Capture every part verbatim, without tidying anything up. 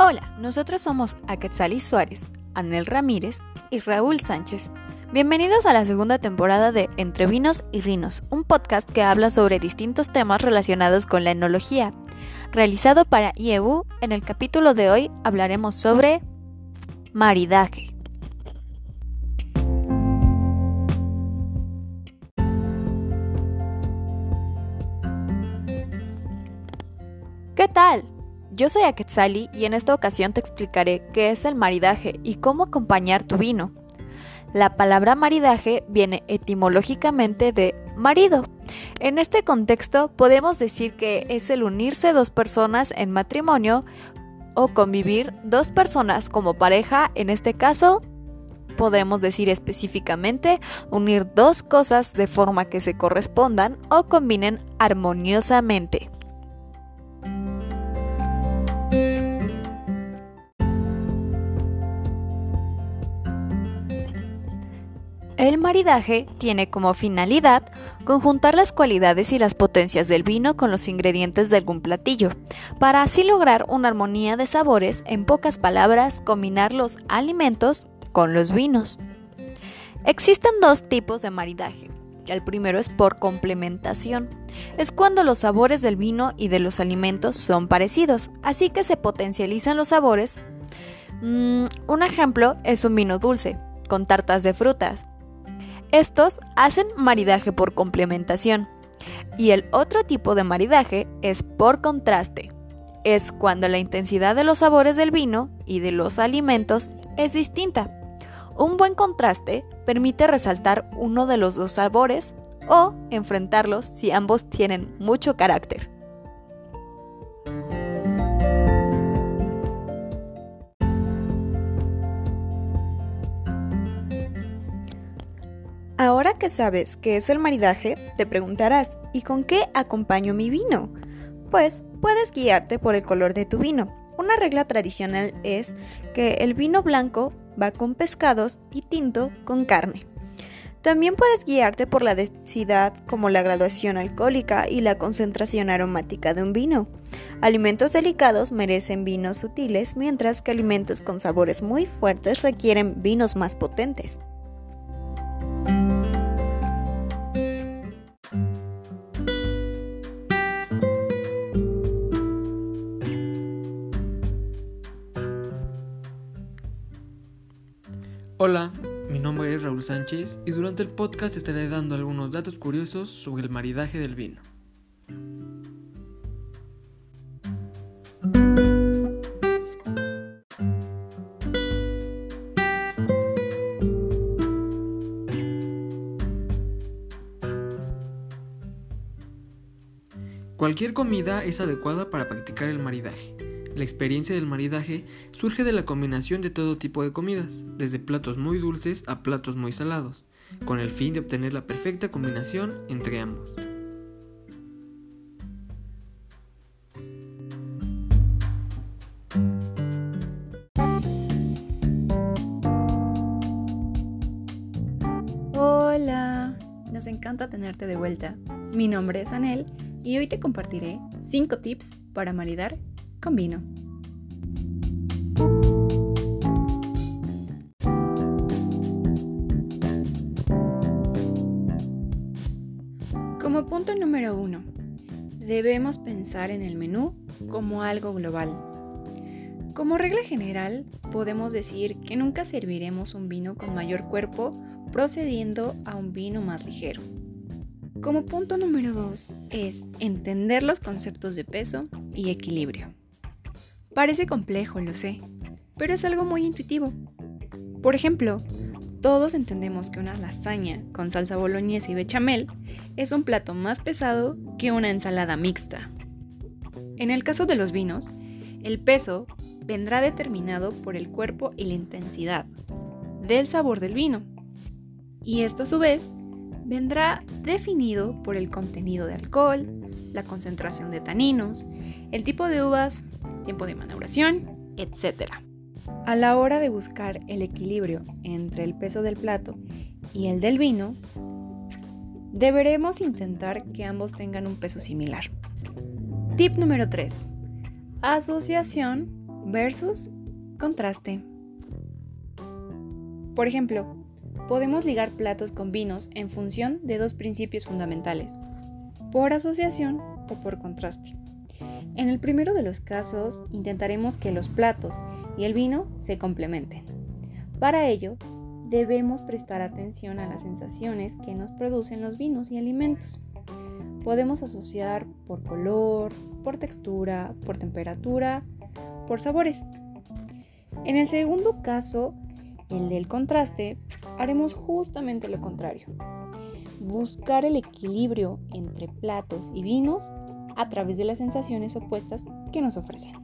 Hola, nosotros somos Aquetzali Suárez, Anel Ramírez y Raúl Sánchez. Bienvenidos a la segunda temporada de Entre Vinos y Rinos, un podcast que habla sobre distintos temas relacionados con la enología. Realizado para I E U, en el capítulo de hoy hablaremos sobre maridaje. ¿Qué tal? Yo soy Aquetzali y en esta ocasión te explicaré qué es el maridaje y cómo acompañar tu vino. La palabra maridaje viene etimológicamente de marido. En este contexto podemos decir que es el unirse dos personas en matrimonio o convivir dos personas como pareja. En este caso podremos decir específicamente unir dos cosas de forma que se correspondan o combinen armoniosamente. El maridaje tiene como finalidad conjuntar las cualidades y las potencias del vino con los ingredientes de algún platillo, para así lograr una armonía de sabores, en pocas palabras, combinar los alimentos con los vinos. Existen dos tipos de maridaje. El primero es por complementación. Es cuando los sabores del vino y de los alimentos son parecidos, así que se potencializan los sabores. Mm, un ejemplo es un vino dulce, con tartas de frutas. Estos hacen maridaje por complementación. Y el otro tipo de maridaje es por contraste. Es cuando la intensidad de los sabores del vino y de los alimentos es distinta. Un buen contraste permite resaltar uno de los dos sabores o enfrentarlos si ambos tienen mucho carácter. Ahora que sabes qué es el maridaje, te preguntarás, ¿y con qué acompaño mi vino? Pues puedes guiarte por el color de tu vino. Una regla tradicional es que el vino blanco va con pescados y tinto con carne. También puedes guiarte por la densidad, como la graduación alcohólica y la concentración aromática de un vino. Alimentos delicados merecen vinos sutiles, mientras que alimentos con sabores muy fuertes requieren vinos más potentes. Hola, mi nombre es Raúl Sánchez y durante el podcast estaré dando algunos datos curiosos sobre el maridaje del vino. Cualquier comida es adecuada para practicar el maridaje. La experiencia del maridaje surge de la combinación de todo tipo de comidas, desde platos muy dulces a platos muy salados, con el fin de obtener la perfecta combinación entre ambos. Hola, nos encanta tenerte de vuelta. Mi nombre es Anel y hoy te compartiré cinco tips para maridar con vino. Como punto número uno, debemos pensar en el menú como algo global. Como regla general, podemos decir que nunca serviremos un vino con mayor cuerpo procediendo a un vino más ligero. Como punto número dos es entender los conceptos de peso y equilibrio. Parece complejo, lo sé, pero es algo muy intuitivo. Por ejemplo, todos entendemos que una lasaña con salsa boloñesa y bechamel es un plato más pesado que una ensalada mixta. En el caso de los vinos, el peso vendrá determinado por el cuerpo y la intensidad del sabor del vino. Y esto a su vez vendrá definido por el contenido de alcohol, la concentración de taninos, el tipo de uvas, tiempo de maduración, etcétera. A la hora de buscar el equilibrio entre el peso del plato y el del vino, deberemos intentar que ambos tengan un peso similar. Tip número tres. Asociación versus contraste. Por ejemplo, podemos ligar platos con vinos en función de dos principios fundamentales, por asociación o por contraste. En el primero de los casos, intentaremos que los platos y el vino se complementen. Para ello, debemos prestar atención a las sensaciones que nos producen los vinos y alimentos. Podemos asociar por color, por textura, por temperatura, por sabores. En el segundo caso, el del contraste, haremos justamente lo contrario. Buscar el equilibrio entre platos y vinos a través de las sensaciones opuestas que nos ofrecen.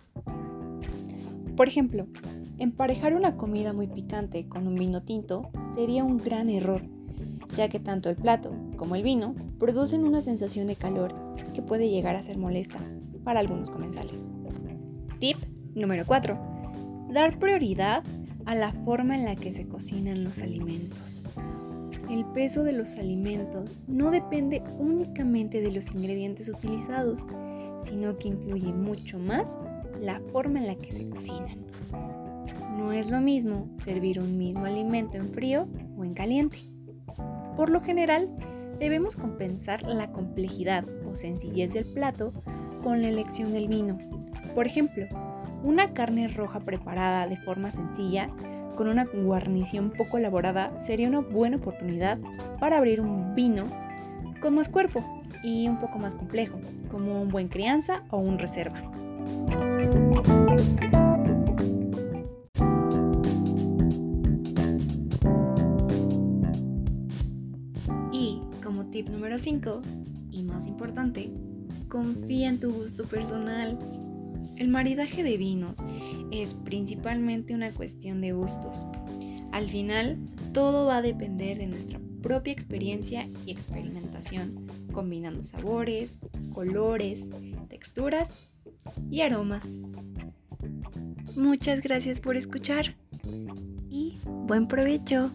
Por ejemplo, emparejar una comida muy picante con un vino tinto sería un gran error, ya que tanto el plato como el vino producen una sensación de calor que puede llegar a ser molesta para algunos comensales. Tip número cuatro. Dar prioridad a la forma en la que se cocinan los alimentos. El peso de los alimentos no depende únicamente de los ingredientes utilizados, sino que influye mucho más la forma en la que se cocinan. No es lo mismo servir un mismo alimento en frío o en caliente. Por lo general, debemos compensar la complejidad o sencillez del plato con la elección del vino. Por ejemplo, una carne roja preparada de forma sencilla con una guarnición poco elaborada sería una buena oportunidad para abrir un vino con más cuerpo y un poco más complejo, como un buen crianza o un reserva. Y como tip número cinco, y más importante, confía en tu gusto personal. El maridaje de vinos es principalmente una cuestión de gustos. Al final, todo va a depender de nuestra propia experiencia y experimentación, combinando sabores, colores, texturas y aromas. Muchas gracias por escuchar y buen provecho.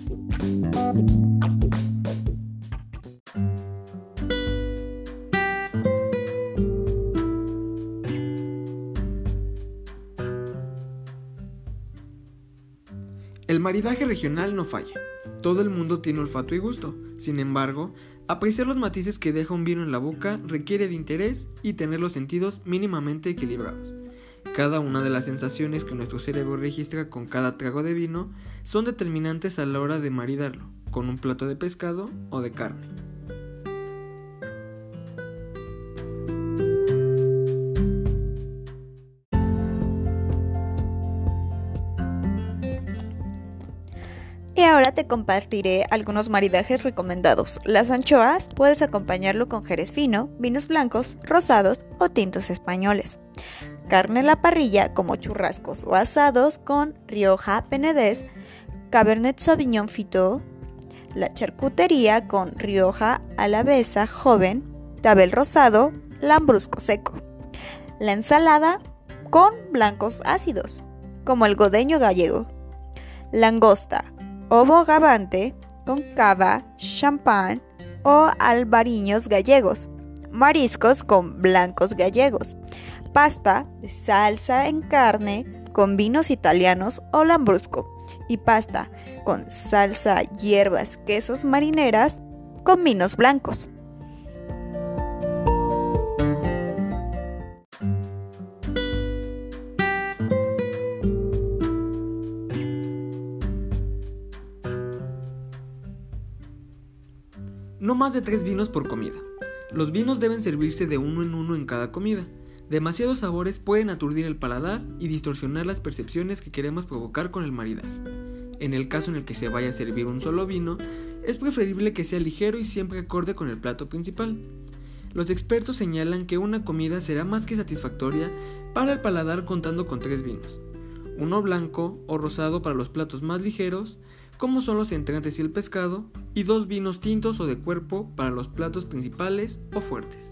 El maridaje regional no falla. Todo el mundo tiene olfato y gusto. Sin embargo, apreciar los matices que deja un vino en la boca requiere de interés y tener los sentidos mínimamente equilibrados. Cada una de las sensaciones que nuestro cerebro registra con cada trago de vino son determinantes a la hora de maridarlo con un plato de pescado o de carne. Y ahora te compartiré algunos maridajes recomendados. Las anchoas puedes acompañarlo con jerez fino, vinos blancos, rosados o tintos españoles. Carne a la parrilla como churrascos o asados con Rioja, Penedès, Cabernet Sauvignon Fitó. La charcutería con Rioja, Alavesa, Joven, Tabel rosado, Lambrusco seco. La ensalada con blancos ácidos, como el godeño gallego. Langosta o bogavante con cava, champán o albariños gallegos, mariscos con blancos gallegos, pasta de salsa en carne con vinos italianos o lambrusco y pasta con salsa, hierbas, quesos marineras con vinos blancos. No más de tres vinos por comida. Los vinos deben servirse de uno en uno en cada comida. Demasiados sabores pueden aturdir el paladar y distorsionar las percepciones que queremos provocar con el maridaje. En el caso en el que se vaya a servir un solo vino, es preferible que sea ligero y siempre acorde con el plato principal. Los expertos señalan que una comida será más que satisfactoria para el paladar contando con tres vinos. Uno blanco o rosado para los platos más ligeros, como son los entrantes y el pescado, y dos vinos tintos o de cuerpo para los platos principales o fuertes.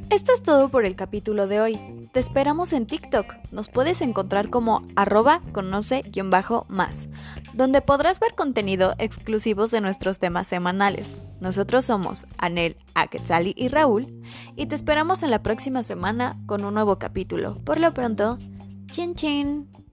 Esto es todo por el capítulo de hoy. Te esperamos en TikTok. Nos puedes encontrar como arroba conoce-más, donde podrás ver contenido exclusivos de nuestros temas semanales. Nosotros somos Anel, Aquetzali y Raúl, y te esperamos en la próxima semana con un nuevo capítulo. Por lo pronto, chin chin.